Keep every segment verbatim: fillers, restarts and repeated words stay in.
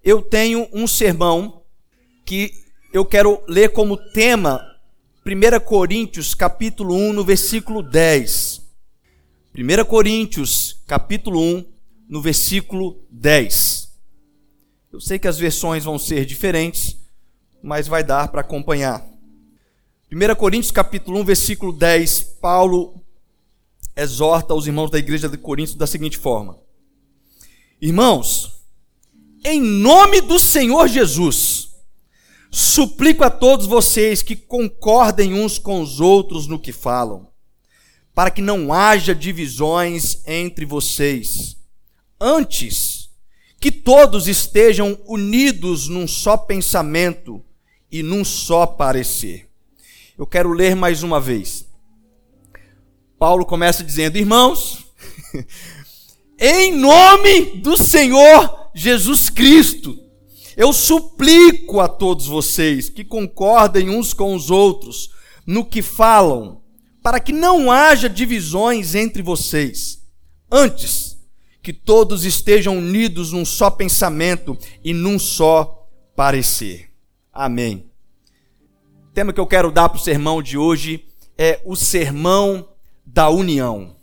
eu tenho um sermão que eu quero ler como tema primeira Coríntios, capítulo um, no versículo dez. primeira Coríntios, capítulo um, no versículo dez. Eu sei que as versões vão ser diferentes, mas vai dar para acompanhar. primeira Coríntios, capítulo um, versículo dez, Paulo exorta os irmãos da igreja de Corinto da seguinte forma: Irmãos, em nome do Senhor Jesus, suplico a todos vocês que concordem uns com os outros no que falam, para que não haja divisões entre vocês. Antes, que todos estejam unidos num só pensamento e num só parecer. Eu quero ler mais uma vez. Paulo começa dizendo: Irmãos, em nome do Senhor Jesus Cristo, eu suplico a todos vocês que concordem uns com os outros no que falam, para que não haja divisões entre vocês. Antes, que todos estejam unidos num só pensamento e num só parecer. Amém. O tema que eu quero dar para o sermão de hoje é o sermão da união.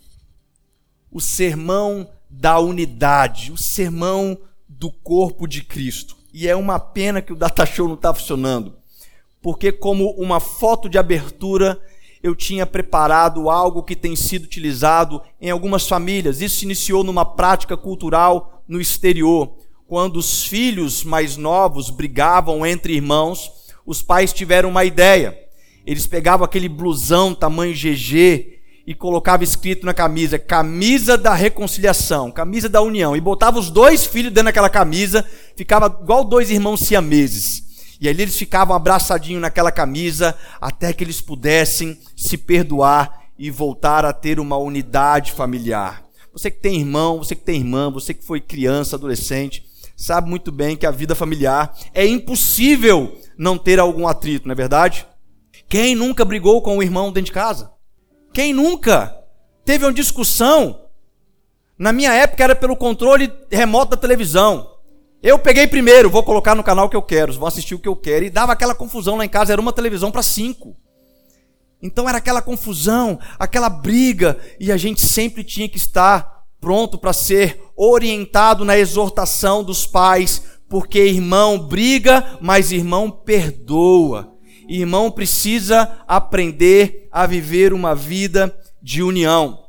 O sermão da unidade, o sermão do corpo de Cristo. E é uma pena que o Data Show não está funcionando, porque como uma foto de abertura, eu tinha preparado algo que tem sido utilizado em algumas famílias. Isso se iniciou numa prática cultural no exterior. Quando os filhos mais novos brigavam entre irmãos, os pais tiveram uma ideia. Eles pegavam aquele blusão tamanho G G e colocavam escrito na camisa: camisa da reconciliação, camisa da união. E botava os dois filhos dentro daquela camisa, ficava igual dois irmãos siameses. E ali eles ficavam abraçadinhos naquela camisa, até que eles pudessem se perdoar e voltar a ter uma unidade familiar. Você que tem irmão, você que tem irmã, você que foi criança, adolescente, sabe muito bem que a vida familiar é impossível não ter algum atrito, não é verdade? Quem nunca brigou com o irmão dentro de casa? Quem nunca teve uma discussão? Na minha época era pelo controle remoto da televisão. Eu peguei primeiro, vou colocar no canal que eu quero, vou assistir o que eu quero. E dava aquela confusão lá em casa, era uma televisão para cinco. Então era aquela confusão, aquela briga, e a gente sempre tinha que estar pronto para ser orientado na exortação dos pais, porque irmão briga, mas irmão perdoa. Irmão precisa aprender a viver uma vida de união.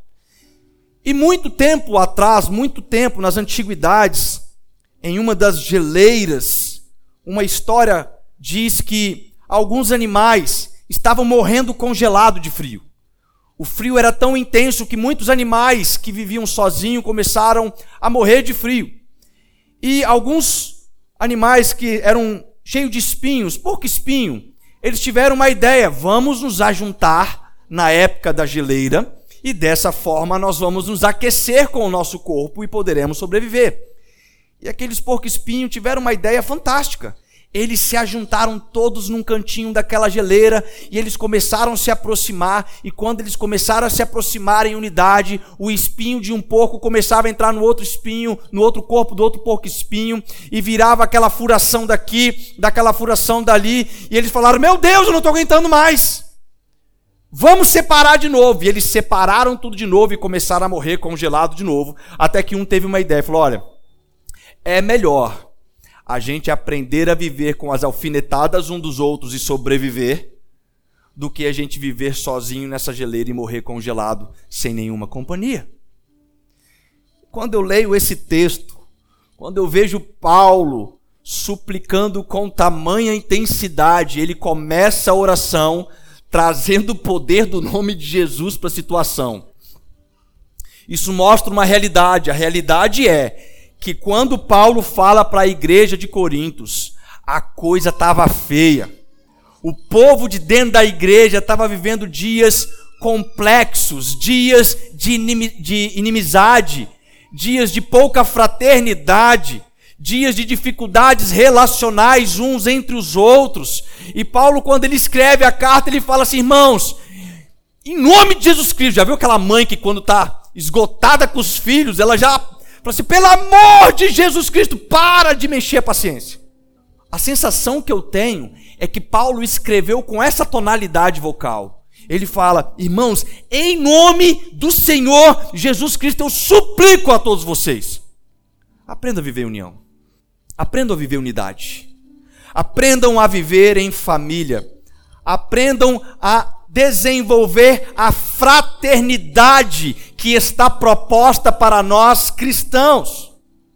E muito tempo atrás, muito tempo nas antiguidades, em uma das geleiras, uma história diz que alguns animais estavam morrendo congelado de frio. O frio era tão intenso que muitos animais que viviam sozinhos começaram a morrer de frio. E alguns animais que eram cheios de espinhos, pouco espinho, eles tiveram uma ideia: vamos nos ajuntar na época da geleira e dessa forma nós vamos nos aquecer com o nosso corpo e poderemos sobreviver. E aqueles porco-espinhos tiveram uma ideia fantástica. Eles se ajuntaram todos num cantinho daquela geleira e eles começaram a se aproximar. E quando eles começaram a se aproximar em unidade, o espinho de um porco começava a entrar no outro espinho, no outro corpo do outro porco-espinho, e virava aquela furação daqui, daquela furação dali. E eles falaram: meu Deus, eu não estou aguentando mais. Vamos separar de novo. E eles separaram tudo de novo e começaram a morrer congelado de novo. Até que um teve uma ideia e falou: olha, é melhor a gente aprender a viver com as alfinetadas um dos outros e sobreviver, do que a gente viver sozinho nessa geleira e morrer congelado sem nenhuma companhia. Quando eu leio esse texto, quando eu vejo Paulo suplicando com tamanha intensidade, ele começa a oração trazendo o poder do nome de Jesus para a situação. Isso mostra uma realidade. A realidade é que quando Paulo fala para a igreja de Corintos, a coisa estava feia. O povo de dentro da igreja estava vivendo dias complexos, dias de inimizade, dias de pouca fraternidade, dias de dificuldades relacionais uns entre os outros. E Paulo, quando ele escreve a carta, ele fala assim: irmãos, em nome de Jesus Cristo. Já viu aquela mãe que quando está esgotada com os filhos, ela já Fala assim, pelo amor de Jesus Cristo, para de mexer a paciência. A sensação que eu tenho é que Paulo escreveu com essa tonalidade vocal. Ele fala, irmãos, em nome do Senhor Jesus Cristo, eu suplico a todos vocês. Aprenda a viver em união. Aprendam a viver unidade. Aprendam a viver em família. Aprendam a desenvolver a fraternidade que está proposta para nós cristãos.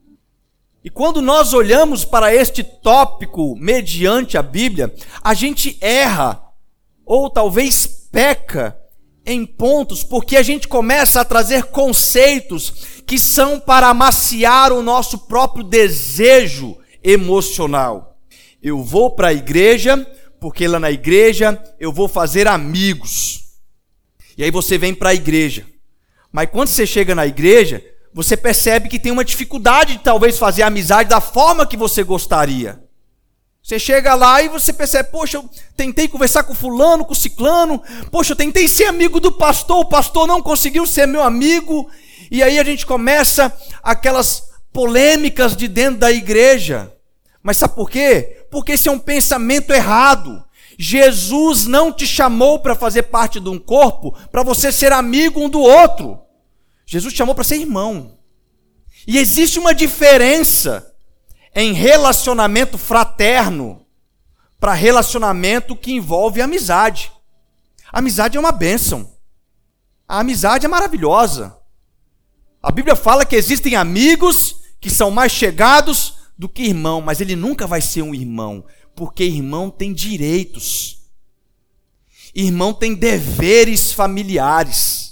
E quando nós olhamos para este tópico mediante a Bíblia, a gente erra, ou talvez peca em pontos, porque a gente começa a trazer conceitos que são para amaciar o nosso próprio desejo emocional. Eu vou para a igreja, porque lá na igreja eu vou fazer amigos. E aí você vem para a igreja. Mas quando você chega na igreja, você percebe que tem uma dificuldade de talvez fazer amizade da forma que você gostaria. Você chega lá e você percebe, poxa, eu tentei conversar com fulano, com ciclano, poxa, eu tentei ser amigo do pastor, o pastor não conseguiu ser meu amigo. E aí a gente começa aquelas polêmicas de dentro da igreja. Mas sabe por quê? Porque esse é um pensamento errado. Jesus não te chamou para fazer parte de um corpo, para você ser amigo um do outro. Jesus te chamou para ser irmão. E existe uma diferença em relacionamento fraterno para relacionamento que envolve amizade. A amizade é uma bênção. A amizade é maravilhosa. A Bíblia fala que existem amigos que são mais chegados do que irmão, mas ele nunca vai ser um irmão, porque irmão tem direitos. Irmão tem deveres familiares.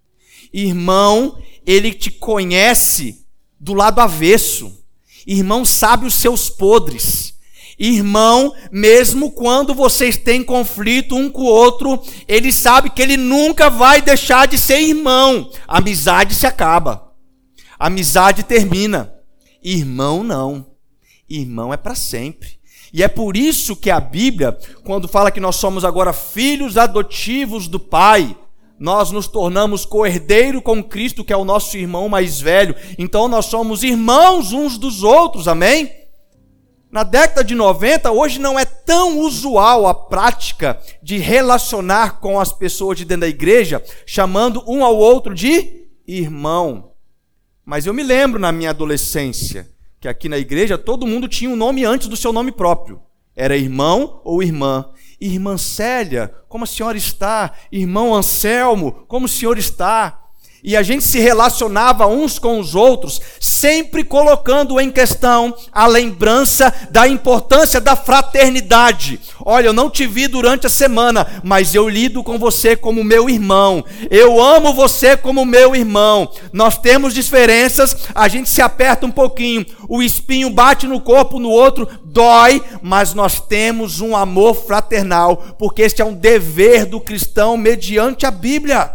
Irmão, ele te conhece do lado avesso. Irmão sabe os seus podres. Irmão, mesmo quando vocês têm conflito um com o outro, ele sabe que ele nunca vai deixar de ser irmão. A amizade se acaba. A amizade termina. Irmão não. Irmão é para sempre. E é por isso que a Bíblia, quando fala que nós somos agora filhos adotivos do Pai, nós nos tornamos co-herdeiro com Cristo, que é o nosso irmão mais velho. Então nós somos irmãos uns dos outros, amém? Na década de noventa, hoje não é tão usual a prática de relacionar com as pessoas de dentro da igreja, chamando um ao outro de irmão. Mas eu me lembro na minha adolescência, que aqui na igreja todo mundo tinha um nome antes do seu nome próprio. Era irmão ou irmã. Irmã Célia, como a senhora está? Irmão Anselmo, como o senhor está? E a gente se relacionava uns com os outros, sempre colocando em questão a lembrança da importância da fraternidade. Olha, eu não te vi durante a semana, mas eu lido com você como meu irmão. Eu amo você como meu irmão. Nós temos diferenças, a gente se aperta um pouquinho, o espinho bate no corpo, no outro, dói, mas nós temos um amor fraternal, porque este é um dever do cristão mediante a Bíblia.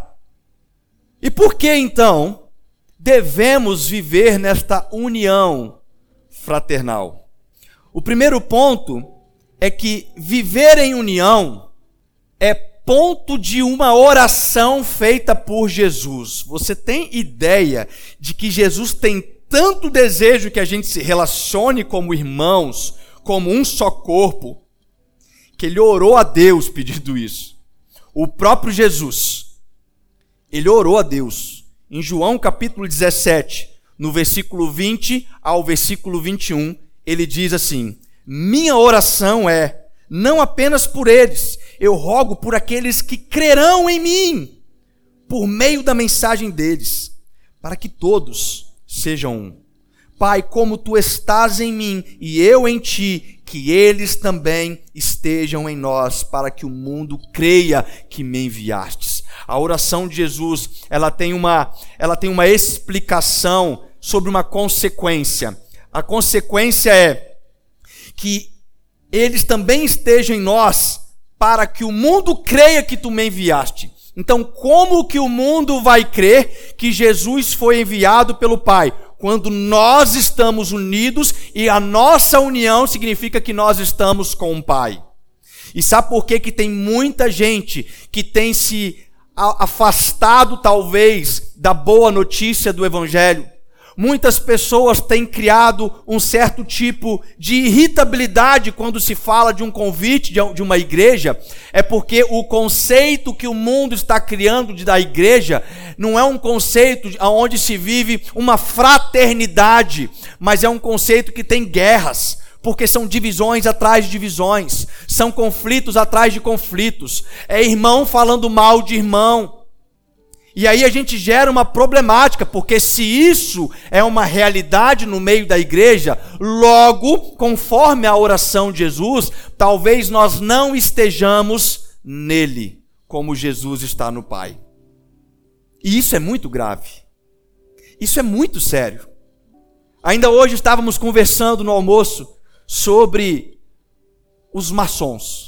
E por que, então, devemos viver nesta união fraternal? O primeiro ponto é que viver em união é ponto de uma oração feita por Jesus. Você tem ideia de que Jesus tem tanto desejo que a gente se relacione como irmãos, como um só corpo, que ele orou a Deus pedindo isso. O próprio Jesus, ele orou a Deus. Em João capítulo dezessete, no versículo vinte ao versículo vinte e um, ele diz assim: minha oração é, não apenas por eles, eu rogo por aqueles que crerão em mim, por meio da mensagem deles, para que todos sejam um. Pai, como tu estás em mim e eu em ti, que eles também estejam em nós, para que o mundo creia que me enviastes. A oração de Jesus, ela tem uma, ela tem uma explicação sobre uma consequência. A consequência é que eles também estejam em nós, para que o mundo creia que tu me enviaste. Então, como que o mundo vai crer que Jesus foi enviado pelo Pai? Quando nós estamos unidos, e a nossa união significa que nós estamos com o Pai. E sabe por que que tem muita gente que tem se afastado, talvez, da boa notícia do Evangelho? Muitas pessoas têm criado um certo tipo de irritabilidade quando se fala de um convite de uma igreja, é porque o conceito que o mundo está criando da igreja não é um conceito onde se vive uma fraternidade, mas é um conceito que tem guerras, porque são divisões atrás de divisões, são conflitos atrás de conflitos, é irmão falando mal de irmão. E aí a gente gera uma problemática, porque se isso é uma realidade no meio da igreja, logo, conforme a oração de Jesus, talvez nós não estejamos nele, como Jesus está no Pai. E isso é muito grave. Isso é muito sério. Ainda hoje estávamos conversando no almoço sobre os maçons.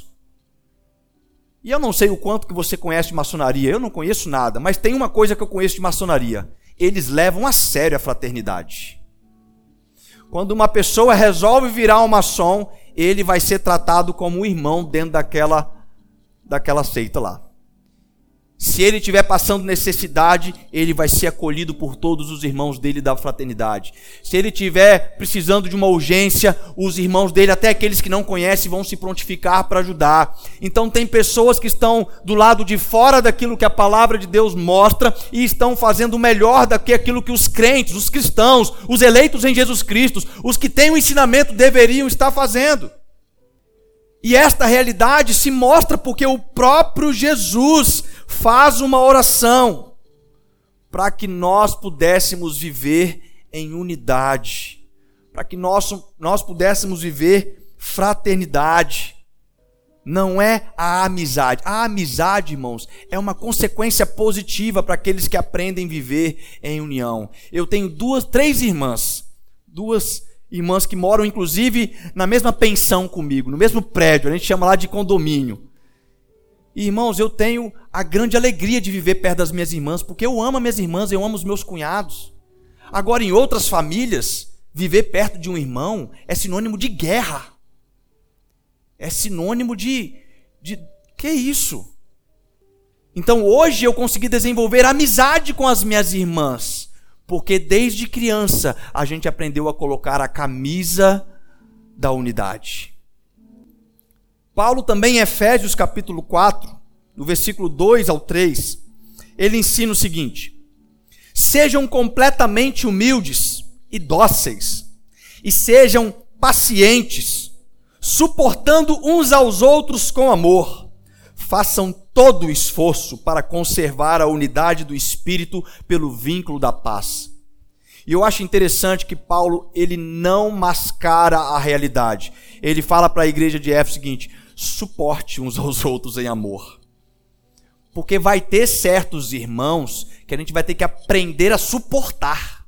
E eu não sei o quanto que você conhece de maçonaria, eu não conheço nada, mas tem uma coisa que eu conheço de maçonaria: eles levam a sério a fraternidade. Quando uma pessoa resolve virar um maçom, ele vai ser tratado como um irmão dentro daquela, daquela seita lá. Se ele estiver passando necessidade, ele vai ser acolhido por todos os irmãos dele da fraternidade. Se ele estiver precisando de uma urgência, os irmãos dele, até aqueles que não conhecem, vão se prontificar para ajudar. Então tem pessoas que estão do lado de fora daquilo que a palavra de Deus mostra e estão fazendo o melhor do que aquilo que os crentes, os cristãos, os eleitos em Jesus Cristo, os que têm o ensinamento deveriam estar fazendo. E esta realidade se mostra porque o próprio Jesus faz uma oração para que nós pudéssemos viver em unidade, para que nós, nós pudéssemos viver fraternidade. Não é a amizade. A amizade, irmãos, é uma consequência positiva para aqueles que aprendem a viver em união. Eu tenho duas, três irmãs, duas irmãs que moram, inclusive, na mesma pensão comigo, no mesmo prédio, a gente chama lá de condomínio. E, irmãos, eu tenho a grande alegria de viver perto das minhas irmãs, porque eu amo as minhas irmãs, eu amo os meus cunhados. Agora, em outras famílias, viver perto de um irmão é sinônimo de guerra. É sinônimo de... de que isso? Então, hoje eu consegui desenvolver amizade com as minhas irmãs, porque desde criança a gente aprendeu a colocar a camisa da unidade. Paulo também em Efésios capítulo quatro, do versículo dois ao três, ele ensina o seguinte: sejam completamente humildes e dóceis, e sejam pacientes, suportando uns aos outros com amor. Façam todo o esforço para conservar a unidade do Espírito pelo vínculo da paz. E eu acho interessante que Paulo, ele não mascara a realidade. Ele fala para a igreja de Éfeso o seguinte: suporte uns aos outros em amor. Porque vai ter certos irmãos que a gente vai ter que aprender a suportar.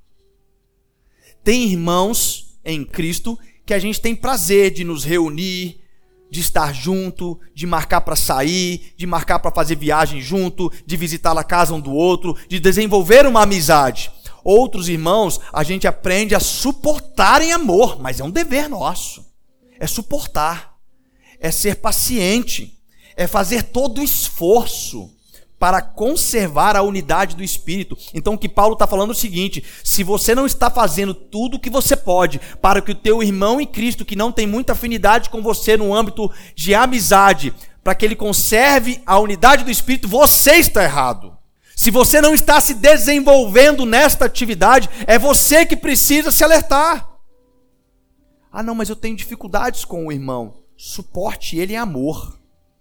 Tem irmãos em Cristo que a gente tem prazer de nos reunir, de estar junto, de marcar para sair, de marcar para fazer viagem junto, de visitar a casa um do outro, de desenvolver uma amizade. Outros irmãos, a gente aprende a suportar em amor, mas é um dever nosso. É suportar, é ser paciente, é fazer todo o esforço para conservar a unidade do Espírito. Então o que Paulo está falando é o seguinte: se você não está fazendo tudo o que você pode para que o teu irmão em Cristo, que não tem muita afinidade com você no âmbito de amizade, para que ele conserve a unidade do Espírito, você está errado. Se você não está se desenvolvendo nesta atividade, é você que precisa se alertar. Ah não, mas eu tenho dificuldades com o irmão. Suporte ele em amor.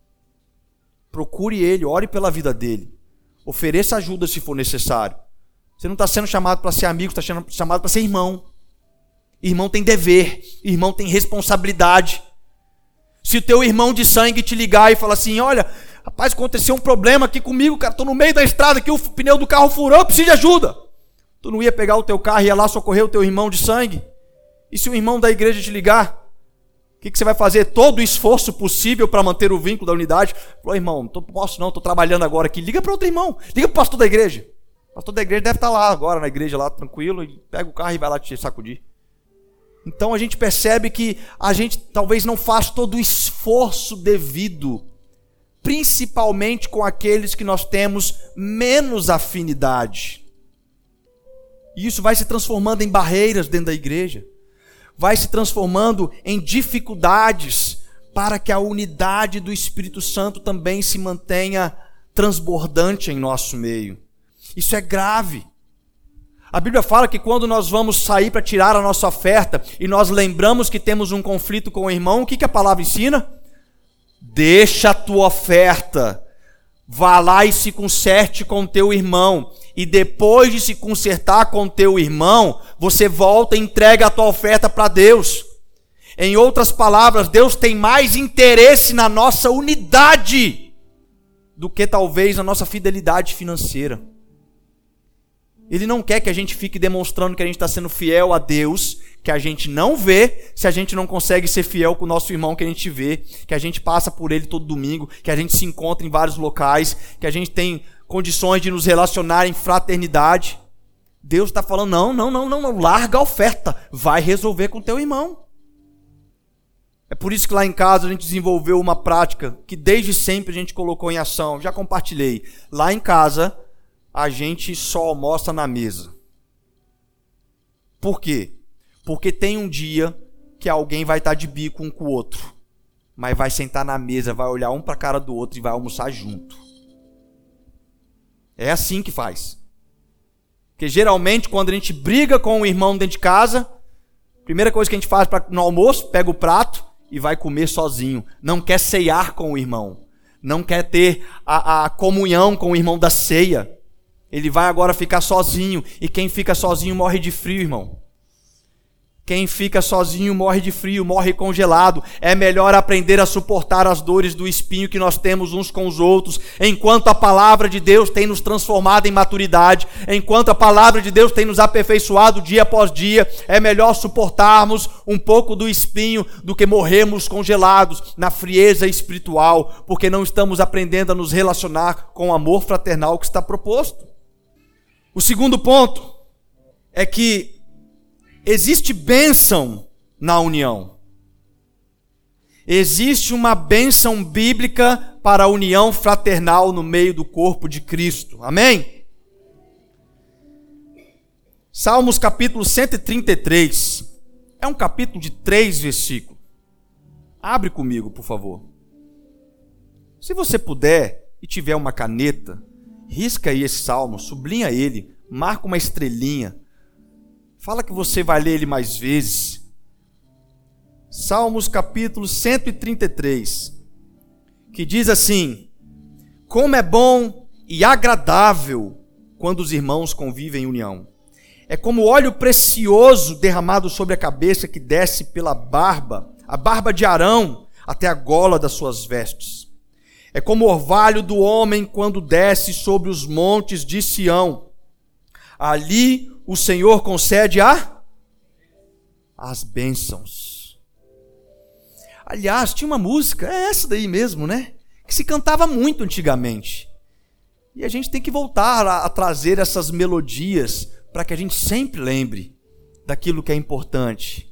Procure ele, ore pela vida dele. Ofereça ajuda se for necessário. Você não está sendo chamado para ser amigo, está sendo chamado para ser irmão. Irmão tem dever, irmão tem responsabilidade. Se o teu irmão de sangue te ligar e falar assim: olha, rapaz, aconteceu um problema aqui comigo, cara, estou no meio da estrada aqui, o pneu do carro furou, eu preciso de ajuda. Tu não ia pegar o teu carro e ia lá socorrer o teu irmão de sangue? E se o irmão da igreja te ligar? O que, que você vai fazer? Todo o esforço possível para manter o vínculo da unidade? Falou: irmão, não posso não, estou trabalhando agora aqui. Liga para outro irmão, liga para o pastor da igreja. O pastor da igreja deve estar lá agora, na igreja lá, tranquilo, e pega o carro e vai lá te sacudir. Então a gente percebe que a gente talvez não faz todo o esforço devido, principalmente com aqueles que nós temos menos afinidade. E isso vai se transformando em barreiras dentro da igreja. Vai se transformando em dificuldades para que a unidade do Espírito Santo também se mantenha transbordante em nosso meio. Isso é grave. A Bíblia fala que quando nós vamos sair para tirar a nossa oferta e nós lembramos que temos um conflito com o irmão, o que, que a palavra ensina? Deixa a tua oferta, vá lá e se conserte com o teu irmão. E depois de se consertar com o teu irmão, você volta e entrega a tua oferta para Deus. Em outras palavras, Deus tem mais interesse na nossa unidade do que talvez na nossa fidelidade financeira. Ele não quer que a gente fique demonstrando que a gente está sendo fiel a Deus, que a gente não vê, se a gente não consegue ser fiel com o nosso irmão que a gente vê, que a gente passa por ele todo domingo, que a gente se encontra em vários locais, que a gente tem condições de nos relacionar em fraternidade. Deus está falando, não, não, não, não, não, larga a oferta, vai resolver com o teu irmão. É por isso que lá em casa a gente desenvolveu uma prática que desde sempre a gente colocou em ação, já compartilhei. Lá em casa a gente só almoça na mesa. Por quê? Porque tem um dia que alguém vai estar de bico um com o outro, mas vai sentar na mesa, vai olhar um para a cara do outro e vai almoçar junto. É assim que faz. Porque geralmente quando a gente briga com o irmão dentro de casa, a primeira coisa que a gente faz pra, no almoço, pega o prato e vai comer sozinho. Não quer ceiar com o irmão. Não quer ter a, a comunhão com o irmão da ceia. Ele vai agora ficar sozinho. E quem fica sozinho morre de frio, irmão. Quem fica sozinho morre de frio, morre congelado. É melhor aprender a suportar as dores do espinho que nós temos uns com os outros, enquanto a palavra de Deus tem nos transformado em maturidade, enquanto a palavra de Deus tem nos aperfeiçoado dia após dia. É melhor suportarmos um pouco do espinho do que morrermos congelados na frieza espiritual, porque não estamos aprendendo a nos relacionar com o amor fraternal que está proposto. O segundo ponto é que existe bênção na união. Existe uma bênção bíblica para a união fraternal no meio do corpo de Cristo. Amém? Salmos capítulo cento e trinta e três. É um capítulo de três versículos. Abre comigo, por favor. Se você puder e tiver uma caneta, risca aí esse salmo, sublinha ele, marca uma estrelinha. Fala que você vai ler ele mais vezes. Salmos capítulo cento e trinta e três, que diz assim: como é bom e agradável quando os irmãos convivem em união. É como óleo precioso derramado sobre a cabeça que desce pela barba, a barba de Arão, até a gola das suas vestes. É como o orvalho do homem quando desce sobre os montes de Sião. Ali o Senhor concede a as bênçãos. Aliás, tinha uma música, é essa daí mesmo, né? Que se cantava muito antigamente. E a gente tem que voltar a, a trazer essas melodias para que a gente sempre lembre daquilo que é importante.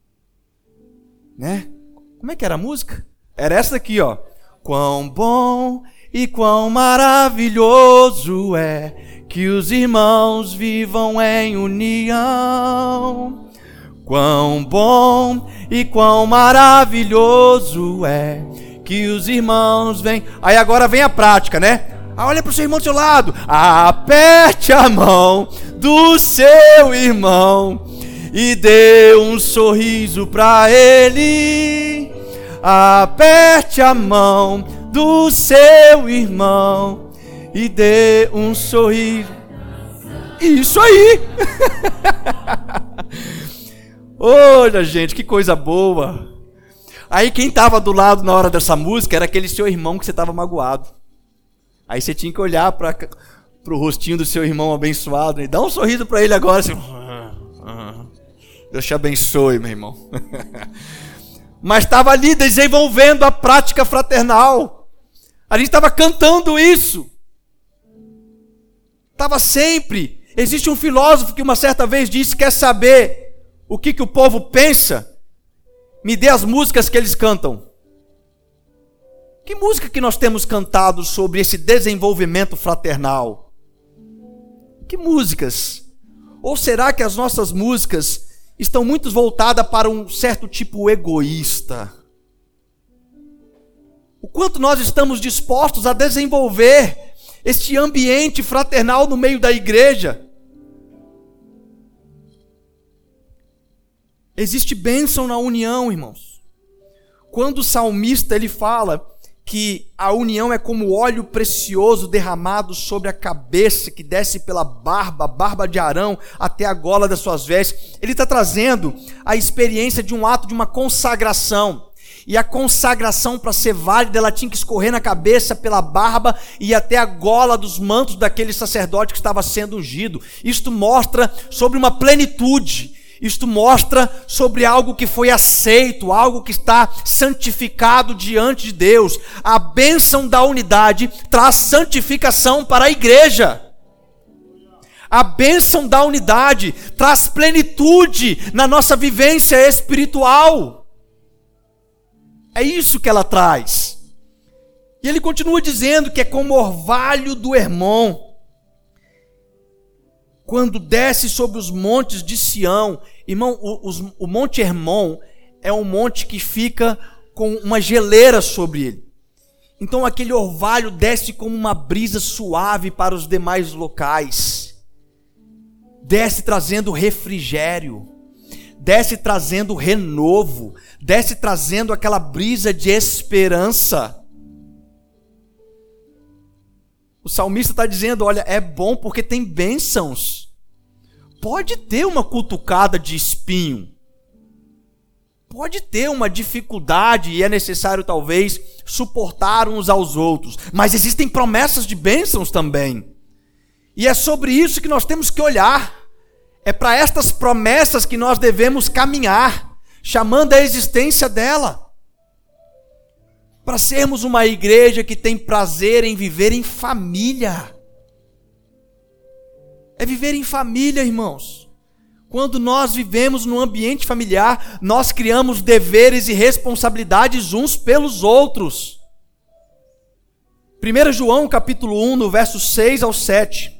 Né? Como é que era a música? Era essa daqui, ó. Quão bom e quão maravilhoso é que os irmãos vivam em união. Quão bom e quão maravilhoso é que os irmãos vêm... Aí agora vem a prática, né? Ah, olha para o seu irmão do seu lado. Aperte a mão do seu irmão e dê um sorriso para ele. Aperte a mão do seu irmão e dê um sorriso. Isso aí! Olha, gente, que coisa boa. Aí quem estava do lado na hora dessa música era aquele seu irmão que você estava magoado. Aí você tinha que olhar para o rostinho do seu irmão abençoado e dar um sorriso para ele agora assim. Deus te abençoe, meu irmão. Mas estava ali desenvolvendo a prática fraternal. A gente estava cantando isso. Estava sempre. Existe um filósofo que uma certa vez disse: quer saber o que, que o povo pensa? Me dê as músicas que eles cantam. Que música que nós temos cantado sobre esse desenvolvimento fraternal? Que músicas? Ou será que as nossas músicas estão muito voltadas para um certo tipo egoísta? O quanto nós estamos dispostos a desenvolver este ambiente fraternal no meio da igreja? Existe bênção na união, irmãos. Quando o salmista ele fala que a união é como óleo precioso derramado sobre a cabeça, que desce pela barba, barba de Arão, até a gola das suas vestes, ele está trazendo a experiência de um ato de uma consagração. E a consagração, para ser válida, ela tinha que escorrer na cabeça, pela barba e até a gola dos mantos daquele sacerdote que estava sendo ungido. Isto mostra sobre uma plenitude. Isto mostra sobre algo que foi aceito, algo que está santificado diante de Deus. A bênção da unidade traz santificação para a igreja. A bênção da unidade traz plenitude na nossa vivência espiritual. É isso que ela traz. E ele continua dizendo que é como o orvalho do Hermon, quando desce sobre os montes de Sião. Irmão, o, os, o Monte Hermon é um monte que fica com uma geleira sobre ele. Então aquele orvalho desce como uma brisa suave para os demais locais. Desce trazendo refrigério. Desce trazendo renovo. Desce trazendo aquela brisa de esperança. O salmista está dizendo, olha, é bom porque tem bênçãos. Pode ter uma cutucada de espinho. Pode ter uma dificuldade e é necessário talvez suportar uns aos outros. Mas existem promessas de bênçãos também. E é sobre isso que nós temos que olhar. É para estas promessas que nós devemos caminhar, chamando a existência dela. Para sermos uma igreja que tem prazer em viver em família. É viver em família, irmãos. Quando nós vivemos num ambiente familiar, nós criamos deveres e responsabilidades uns pelos outros. primeiro João capítulo um, no verso seis ao sete.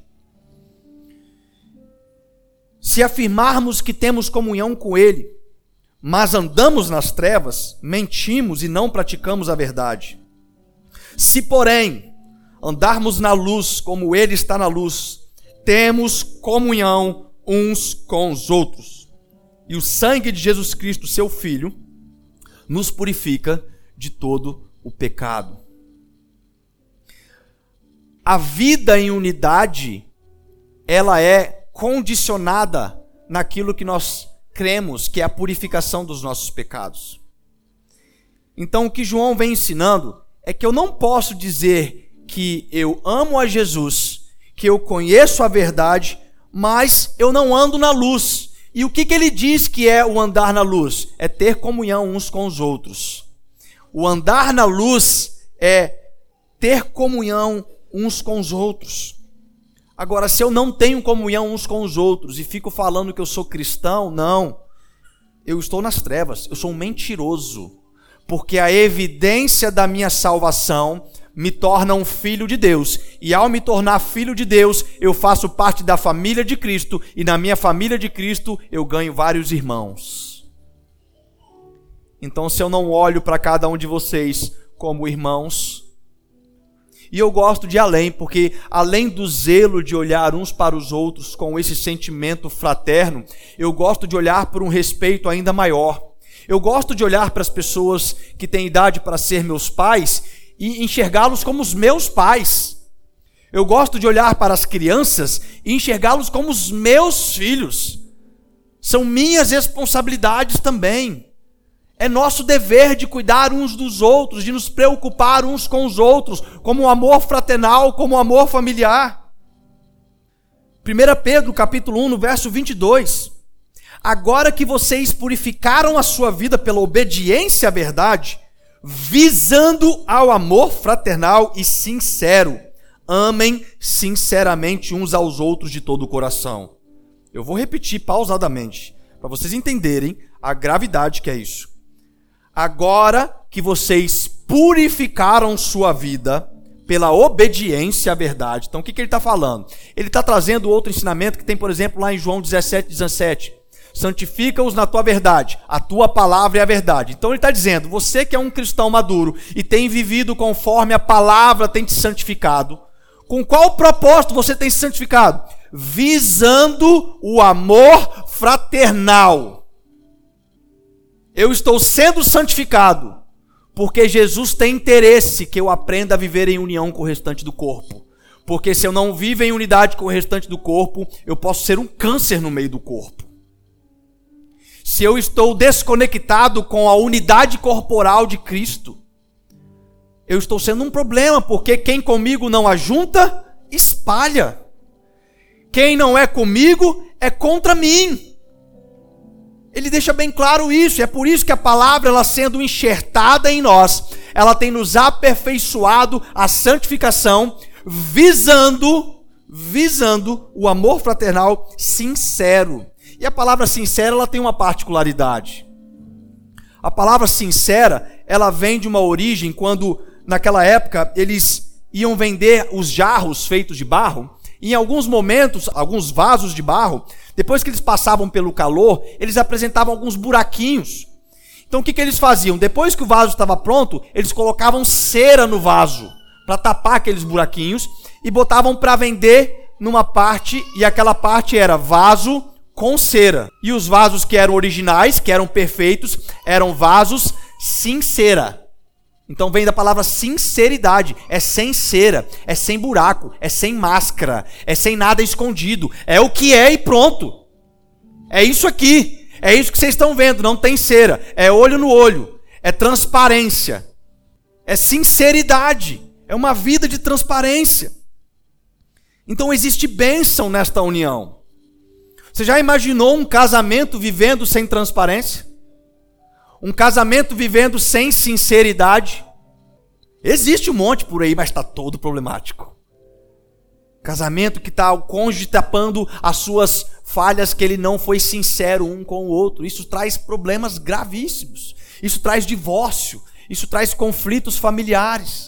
Se afirmarmos que temos comunhão com Ele, mas andamos nas trevas, mentimos e não praticamos a verdade. Se, porém, andarmos na luz como Ele está na luz, temos comunhão uns com os outros. E o sangue de Jesus Cristo, seu Filho, nos purifica de todo o pecado. A vida em unidade, ela é condicionada naquilo que nós cremos, que é a purificação dos nossos pecados. Então o que João vem ensinando é que eu não posso dizer que eu amo a Jesus, que eu conheço a verdade, mas eu não ando na luz. E o que, que ele diz que é o andar na luz? É ter comunhão uns com os outros. O andar na luz é ter comunhão uns com os outros. Agora, se eu não tenho comunhão uns com os outros e fico falando que eu sou cristão, não. Eu estou nas trevas, eu sou um mentiroso. Porque a evidência da minha salvação me torna um filho de Deus. E ao me tornar filho de Deus, eu faço parte da família de Cristo. E na minha família de Cristo, eu ganho vários irmãos. Então, se eu não olho para cada um de vocês como irmãos... E eu gosto de ir além, porque além do zelo de olhar uns para os outros com esse sentimento fraterno, eu gosto de olhar por um respeito ainda maior. Eu gosto de olhar para as pessoas que têm idade para ser meus pais e enxergá-los como os meus pais. Eu gosto de olhar para as crianças e enxergá-los como os meus filhos. São minhas responsabilidades também. É nosso dever de cuidar uns dos outros, de nos preocupar uns com os outros, como um amor fraternal, como um amor familiar. primeiro Pedro, capítulo um, no verso vinte e dois. Agora que vocês purificaram a sua vida pela obediência à verdade, visando ao amor fraternal e sincero, amem sinceramente uns aos outros de todo o coração. Eu vou repetir pausadamente, para vocês entenderem a gravidade que é isso. Agora que vocês purificaram sua vida pela obediência à verdade. Então o que, que ele está falando? Ele está trazendo outro ensinamento que tem, por exemplo, lá em João dezessete, dezessete. Santifica-os na tua verdade, a tua palavra é a verdade. Então ele está dizendo, você que é um cristão maduro e tem vivido conforme a palavra tem te santificado, com qual propósito você tem se santificado? Visando o amor fraternal. Eu estou sendo santificado porque Jesus tem interesse que eu aprenda a viver em união com o restante do corpo. Porque se eu não vivo em unidade com o restante do corpo, eu posso ser um câncer no meio do corpo. Se eu estou desconectado com a unidade corporal de Cristo, eu estou sendo um problema, porque quem comigo não ajunta, espalha. Quem não é comigo, é contra mim. Ele deixa bem claro isso, e é por isso que a palavra, ela sendo enxertada em nós, ela tem nos aperfeiçoado a santificação, visando, visando o amor fraternal sincero. E a palavra sincera, ela tem uma particularidade. A palavra sincera, ela vem de uma origem quando, naquela época, eles iam vender os jarros feitos de barro. E em alguns momentos, alguns vasos de barro, depois que eles passavam pelo calor, eles apresentavam alguns buraquinhos. Então o que, que eles faziam? Depois que o vaso estava pronto, eles colocavam cera no vaso para tapar aqueles buraquinhos e botavam para vender numa parte, e aquela parte era vaso com cera. E os vasos que eram originais, que eram perfeitos, eram vasos sem cera. Então vem da palavra sinceridade. É sem cera, é sem buraco, é sem máscara, é sem nada escondido. É o que é e pronto. É isso aqui. É isso que vocês estão vendo. Não tem cera. É olho no olho. É transparência. É sinceridade. É uma vida de transparência. Então existe bênção nesta união. Você já imaginou um casamento vivendo sem transparência? Um casamento vivendo sem sinceridade? Existe um monte por aí, mas está todo problemático. Casamento que está o cônjuge tapando as suas falhas, que ele não foi sincero um com o outro. Isso traz problemas gravíssimos. Isso traz divórcio. Isso traz conflitos familiares.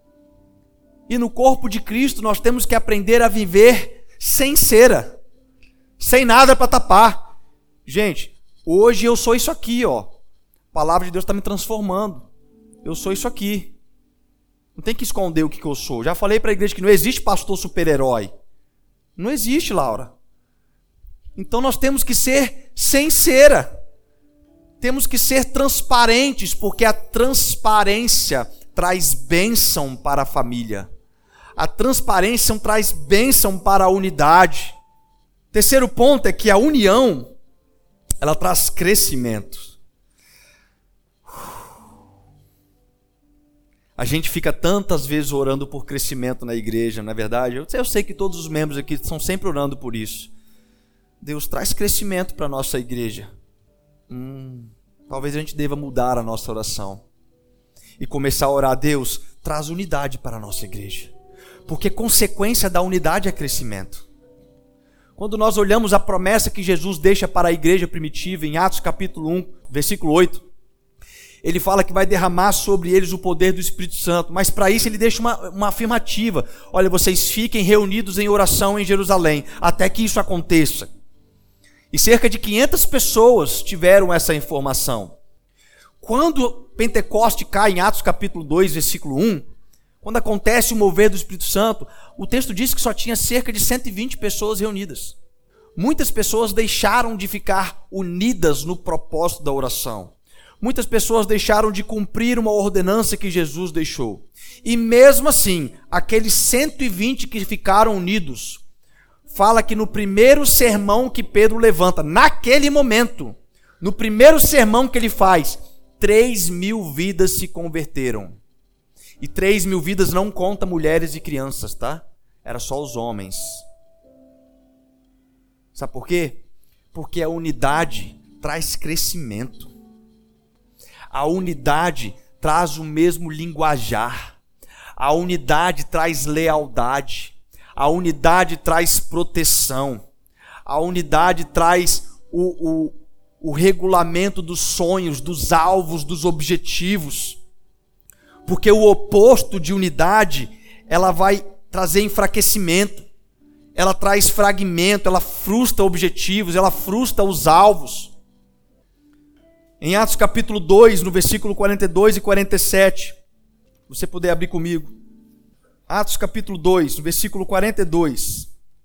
E no corpo de Cristo nós temos que aprender a viver sem cera. Sem nada para tapar. Gente, hoje eu sou isso aqui, ó. A palavra de Deus está me transformando. Eu sou isso aqui. Não tem que esconder o que, que eu sou. Já falei para a igreja que não existe pastor super-herói. Não existe, Laura. Então nós temos que ser sem cera. Temos que ser transparentes, porque a transparência traz bênção para a família. A transparência traz bênção para a unidade. Terceiro ponto é que a união, ela traz crescimento. A gente fica tantas vezes orando por crescimento na igreja, não é verdade? Eu, eu sei que todos os membros aqui estão sempre orando por isso. Deus traz crescimento para a nossa igreja. Hum, talvez a gente deva mudar a nossa oração e começar a orar, Deus, traz unidade para a nossa igreja. Porque consequência da unidade é crescimento. Quando nós olhamos a promessa que Jesus deixa para a igreja primitiva, em Atos capítulo um, versículo oito, ele fala que vai derramar sobre eles o poder do Espírito Santo, mas para isso ele deixa uma, uma afirmativa. Olha, vocês fiquem reunidos em oração em Jerusalém, até que isso aconteça. E cerca de quinhentas pessoas tiveram essa informação. Quando Pentecoste cai em Atos capítulo dois, versículo um, quando acontece o mover do Espírito Santo, o texto diz que só tinha cerca de cento e vinte pessoas reunidas. Muitas pessoas deixaram de ficar unidas no propósito da oração. Muitas pessoas deixaram de cumprir uma ordenança que Jesus deixou. E mesmo assim, aqueles cento e vinte que ficaram unidos, fala que no primeiro sermão que Pedro levanta, naquele momento, no primeiro sermão que ele faz, três mil vidas se converteram. E três mil vidas não conta mulheres e crianças, tá? Era só os homens. Sabe por quê? Porque a unidade traz crescimento. A unidade traz o mesmo linguajar. A unidade traz lealdade. A unidade traz proteção. A unidade traz o, o, o regulamento dos sonhos, dos alvos, dos objetivos. Porque o oposto de unidade ela vai trazer enfraquecimento, ela traz fragmento, ela frustra objetivos, ela frustra os alvos. Em Atos capítulo dois, no versículo quarenta e dois e quarenta e sete, se você puder abrir comigo. Atos capítulo dois, no versículo quarenta e dois.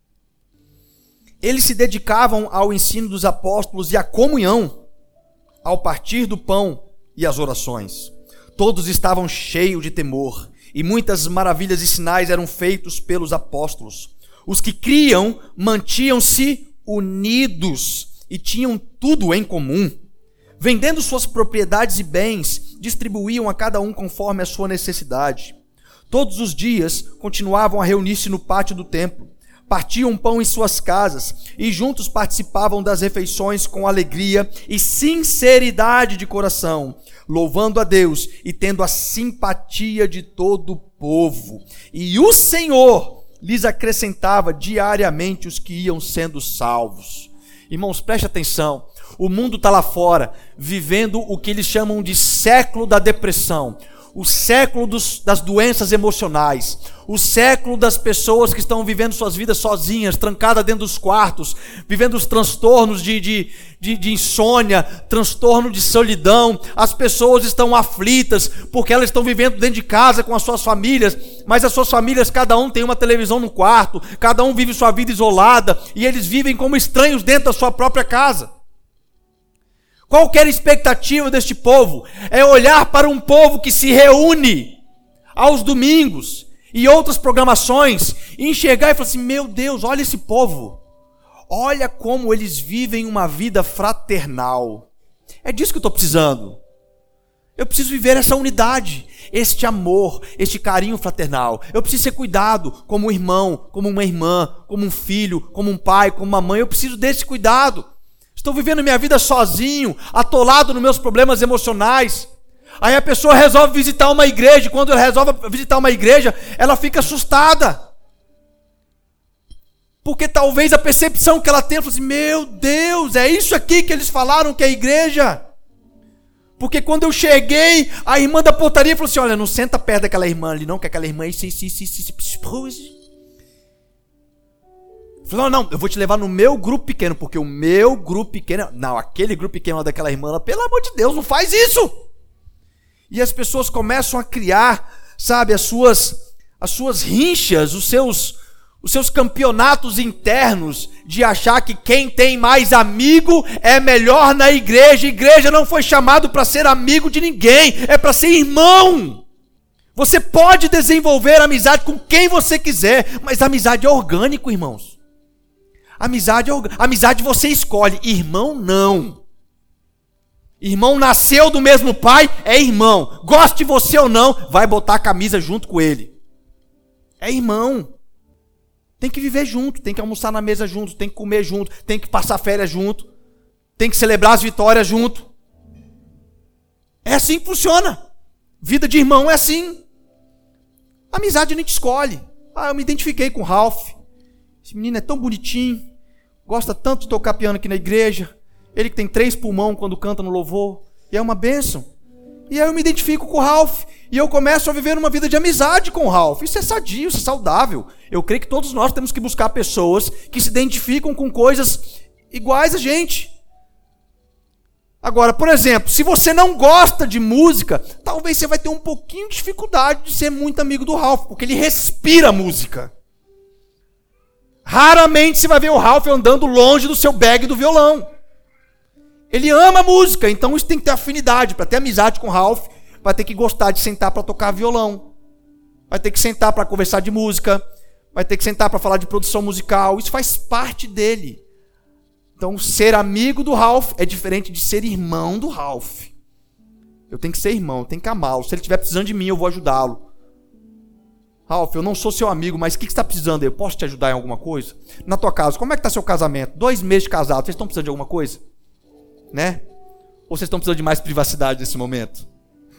Eles se dedicavam ao ensino dos apóstolos e à comunhão, ao partir do pão e às orações. Todos estavam cheios de temor, e muitas maravilhas e sinais eram feitos pelos apóstolos. Os que criam mantinham-se unidos e tinham tudo em comum. Vendendo suas propriedades e bens, distribuíam a cada um conforme a sua necessidade. Todos os dias continuavam a reunir-se no pátio do templo. Partiam pão em suas casas e juntos participavam das refeições com alegria e sinceridade de coração, louvando a Deus e tendo a simpatia de todo o povo. E o Senhor lhes acrescentava diariamente os que iam sendo salvos. Irmãos, preste atenção. O mundo está lá fora, vivendo o que eles chamam de século da depressão. O século dos, das doenças emocionais, o século das pessoas que estão vivendo suas vidas sozinhas, trancadas dentro dos quartos, vivendo os transtornos de, de, de, de insônia, transtorno de solidão. As pessoas estão aflitas porque elas estão vivendo dentro de casa com as suas famílias, mas as suas famílias, cada um tem uma televisão no quarto, cada um vive sua vida isolada e eles vivem como estranhos dentro da sua própria casa. Qualquer expectativa deste povo é olhar para um povo que se reúne aos domingos e outras programações e enxergar e falar assim: meu Deus, olha esse povo, olha como eles vivem uma vida fraternal. É disso que eu estou precisando. Eu preciso viver essa unidade, este amor, este carinho fraternal. Eu preciso ser cuidado como um irmão, como uma irmã, como um filho, como um pai, como uma mãe. Eu preciso desse cuidado. Estou vivendo minha vida sozinho, atolado nos meus problemas emocionais. Aí a pessoa resolve visitar uma igreja, e quando ela resolve visitar uma igreja, ela fica assustada. Porque talvez a percepção que ela tem, ela fala assim: meu Deus, é isso aqui que eles falaram que é a igreja? Porque quando eu cheguei, a irmã da portaria falou assim: olha, não senta perto daquela irmã ali não, que aquela irmã aí se se se se expôs. Falou: não, eu vou te levar no meu grupo pequeno, porque o meu grupo pequeno... Não, aquele grupo pequeno daquela irmã, pelo amor de Deus, não faz isso! E as pessoas começam a criar, sabe, as suas, as suas rinchas, os seus, os seus campeonatos internos, de achar que quem tem mais amigo é melhor na igreja. A igreja não foi chamado para ser amigo de ninguém, é para ser irmão. Você pode desenvolver amizade com quem você quiser, mas amizade é orgânico, irmãos. Amizade, amizade você escolhe, irmão não. Irmão nasceu do mesmo pai, é irmão. Goste você ou não, vai botar a camisa junto com ele. É irmão. Tem que viver junto, tem que almoçar na mesa junto, tem que comer junto, tem que passar férias junto, tem que celebrar as vitórias junto. É assim que funciona. Vida de irmão é assim. Amizade a gente escolhe. Ah, eu me identifiquei com o Ralph. Esse menino é tão bonitinho, gosta tanto de tocar piano aqui na igreja. Ele que tem três pulmões quando canta no louvor, e é uma bênção. E aí eu me identifico com o Ralph, e eu começo a viver uma vida de amizade com o Ralph. Isso é sadio, isso é saudável. Eu creio que todos nós temos que buscar pessoas que se identificam com coisas iguais a gente. Agora, por exemplo, se você não gosta de música, talvez você vai ter um pouquinho de dificuldade de ser muito amigo do Ralph, porque ele respira música. Raramente você vai ver o Ralph andando longe do seu bag do violão. Ele ama música, então isso tem que ter afinidade. Para ter amizade com o Ralph, vai ter que gostar de sentar para tocar violão. Vai ter que sentar para conversar de música. Vai ter que sentar para falar de produção musical. Isso faz parte dele. Então, ser amigo do Ralph é diferente de ser irmão do Ralph. Eu tenho que ser irmão, eu tenho que amá-lo. Se ele estiver precisando de mim, eu vou ajudá-lo. Ralph, eu não sou seu amigo, mas o que você está precisando? Eu posso te ajudar em alguma coisa? Na tua casa, como é que está seu casamento? Dois meses de casado, vocês estão precisando de alguma coisa? Né? Ou vocês estão precisando de mais privacidade nesse momento?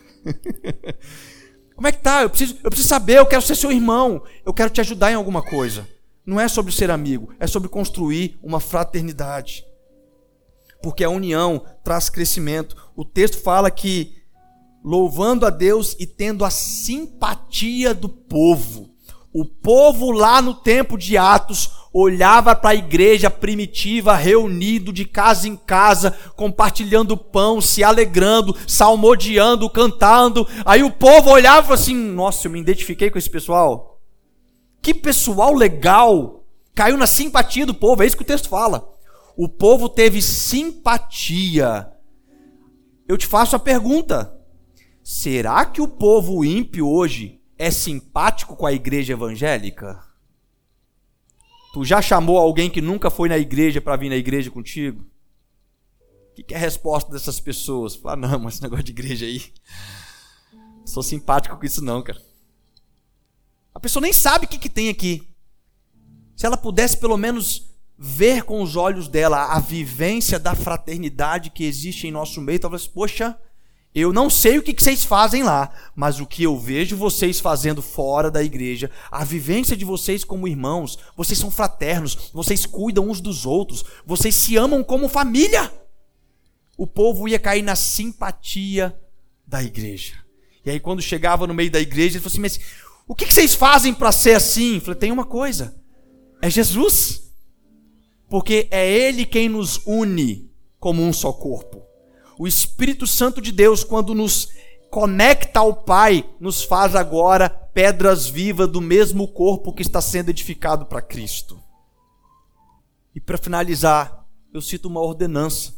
Como é que tá? Eu preciso, eu preciso saber, eu quero ser seu irmão. Eu quero te ajudar em alguma coisa. Não é sobre ser amigo, é sobre construir uma fraternidade. Porque a união traz crescimento. O texto fala que louvando a Deus e tendo a simpatia do povo. O povo lá no tempo de Atos olhava para a igreja primitiva, reunido de casa em casa, compartilhando pão, se alegrando, salmodiando, cantando. Aí o povo olhava e falava assim: nossa, eu me identifiquei com esse pessoal. Que pessoal legal. Caiu na simpatia do povo, é isso que o texto fala. O povo teve simpatia. Eu te faço a pergunta: será que o povo ímpio hoje é simpático com a igreja evangélica? Tu já chamou alguém que nunca foi na igreja para vir na igreja contigo? O que, que é a resposta dessas pessoas? Fala: não, mas esse negócio de igreja aí, não sou simpático com isso não, cara. A pessoa nem sabe o que, que tem aqui. Se ela pudesse pelo menos ver com os olhos dela a vivência da fraternidade que existe em nosso meio, talvez, poxa, eu não sei o que vocês fazem lá, mas o que eu vejo vocês fazendo fora da igreja, a vivência de vocês como irmãos, vocês são fraternos, vocês cuidam uns dos outros, vocês se amam como família. O povo ia cair na simpatia da igreja. E aí quando chegava no meio da igreja, ele falou assim: mas o que vocês fazem para ser assim? Eu falei: tem uma coisa, é Jesus. Porque é Ele quem nos une como um só corpo. O Espírito Santo de Deus, quando nos conecta ao Pai, nos faz agora pedras vivas do mesmo corpo que está sendo edificado para Cristo. E para finalizar, eu cito uma ordenança.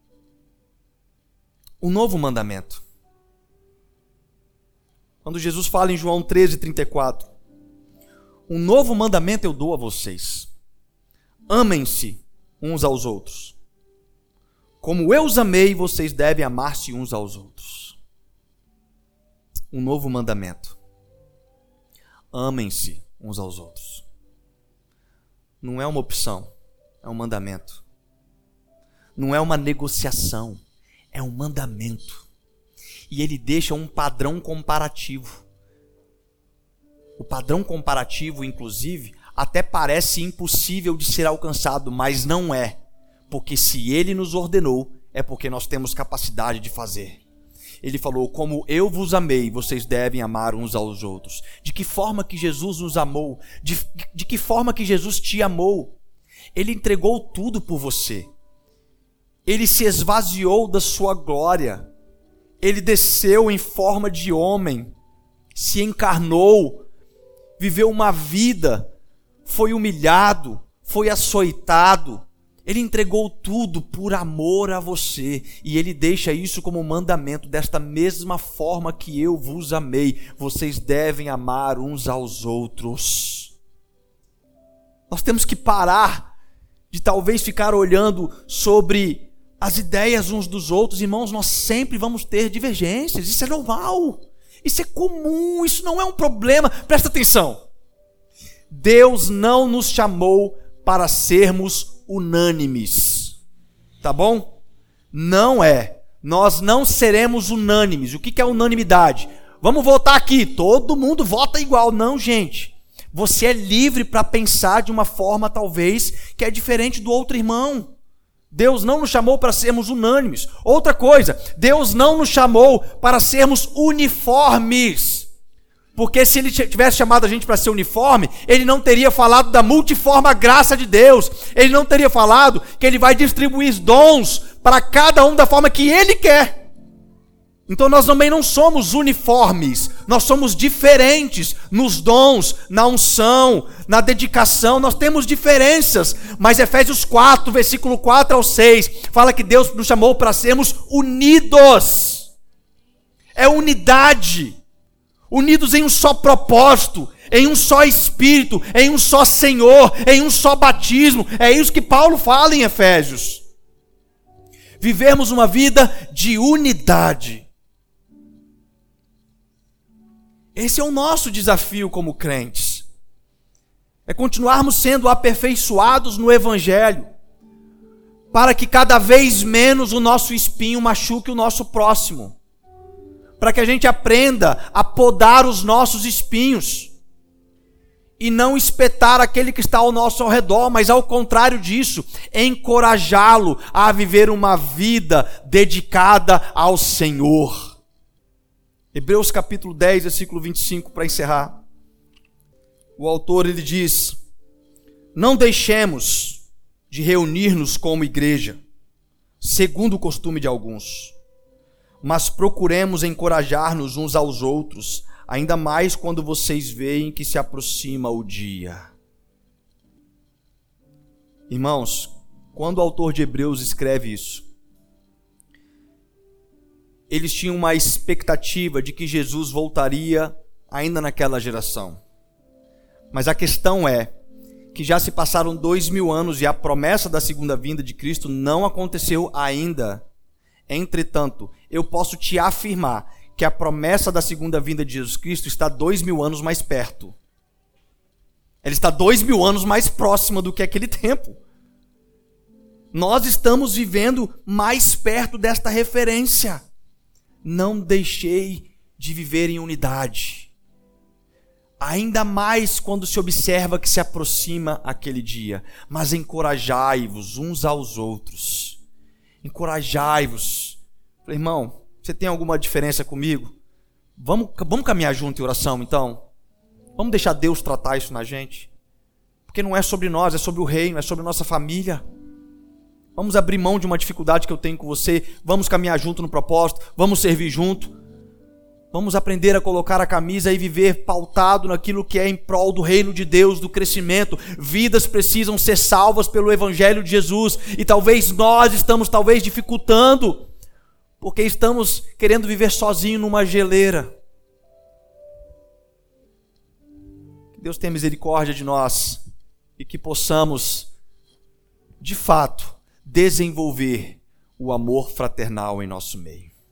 Um novo mandamento. Quando Jesus fala em João treze, trinta e quatro, um novo mandamento eu dou a vocês: amem-se uns aos outros. Como eu os amei, vocês devem amar-se uns aos outros. Um novo mandamento: amem-se uns aos outros. Não é uma opção, é um mandamento. Não é uma negociação, é um mandamento. E ele deixa um padrão comparativo. O padrão comparativo, inclusive, até parece impossível de ser alcançado, mas não é. Porque se Ele nos ordenou, é porque nós temos capacidade de fazer. Ele falou: como eu vos amei, vocês devem amar uns aos outros. De que forma que Jesus nos amou? De, de que forma que Jesus te amou? Ele entregou tudo por você. Ele se esvaziou da sua glória. Ele desceu em forma de homem, se encarnou, viveu uma vida, foi humilhado, foi açoitado. Ele entregou tudo por amor a você. E Ele deixa isso como mandamento: desta mesma forma que eu vos amei, vocês devem amar uns aos outros. Nós temos que parar de talvez ficar olhando sobre as ideias uns dos outros. Irmãos, nós sempre vamos ter divergências. Isso é normal. Isso é comum. Isso não é um problema. Presta atenção. Deus não nos chamou para sermos unânimes. Tá bom? Não é. Nós não seremos unânimes. O que é unanimidade? Vamos votar aqui. Todo mundo vota igual. Não, gente. Você é livre para pensar de uma forma talvez que é diferente do outro irmão. Deus não nos chamou para sermos unânimes. Outra coisa, Deus não nos chamou para sermos uniformes. Porque se Ele tivesse chamado a gente para ser uniforme, Ele não teria falado da multiforme graça de Deus. Ele não teria falado que Ele vai distribuir dons para cada um da forma que Ele quer. Então nós também não somos uniformes, nós somos diferentes nos dons, na unção, na dedicação, nós temos diferenças. Mas Efésios quatro, versículo quatro ao seis, fala que Deus nos chamou para sermos unidos. É unidade. Unidos em um só propósito, em um só Espírito, em um só Senhor, em um só batismo. É isso que Paulo fala em Efésios. Vivermos uma vida de unidade. Esse é o nosso desafio como crentes. É continuarmos sendo aperfeiçoados no Evangelho, para que cada vez menos o nosso espinho machuque o nosso próximo. Para que a gente aprenda a podar os nossos espinhos e não espetar aquele que está ao nosso redor, mas ao contrário disso, encorajá-lo a viver uma vida dedicada ao Senhor. Hebreus capítulo dez, versículo vinte e cinco, para encerrar. o autor ele diz: não deixemos de reunir-nos como igreja, segundo o costume de alguns, mas procuremos encorajar-nos uns aos outros, ainda mais quando vocês veem que se aproxima o dia. Irmãos, quando o autor de Hebreus escreve isso, eles tinham uma expectativa de que Jesus voltaria ainda naquela geração. Mas a questão é que já se passaram dois mil anos e a promessa da segunda vinda de Cristo não aconteceu ainda. Entretanto, eu posso te afirmar que a promessa da segunda vinda de Jesus Cristo está dois mil anos mais perto. Ela está dois mil anos mais próxima do que aquele tempo. Nós estamos vivendo mais perto desta referência. Não deixei de viver em unidade. Ainda mais quando se observa que se aproxima aquele dia. Mas encorajai-vos uns aos outros. Encorajai-vos. Falei, irmão, você tem alguma diferença comigo? Vamos, vamos caminhar junto em oração, então? Vamos deixar Deus tratar isso na gente? Porque não é sobre nós, é sobre o reino, é sobre nossa família. Vamos abrir mão de uma dificuldade que eu tenho com você. Vamos caminhar junto no propósito. Vamos servir junto. Vamos aprender a colocar a camisa e viver pautado naquilo que é em prol do reino de Deus, do crescimento. Vidas precisam ser salvas pelo Evangelho de Jesus. E talvez nós estamos talvez dificultando, porque estamos querendo viver sozinho numa geleira. Que Deus tenha misericórdia de nós e que possamos, de fato, desenvolver o amor fraternal em nosso meio.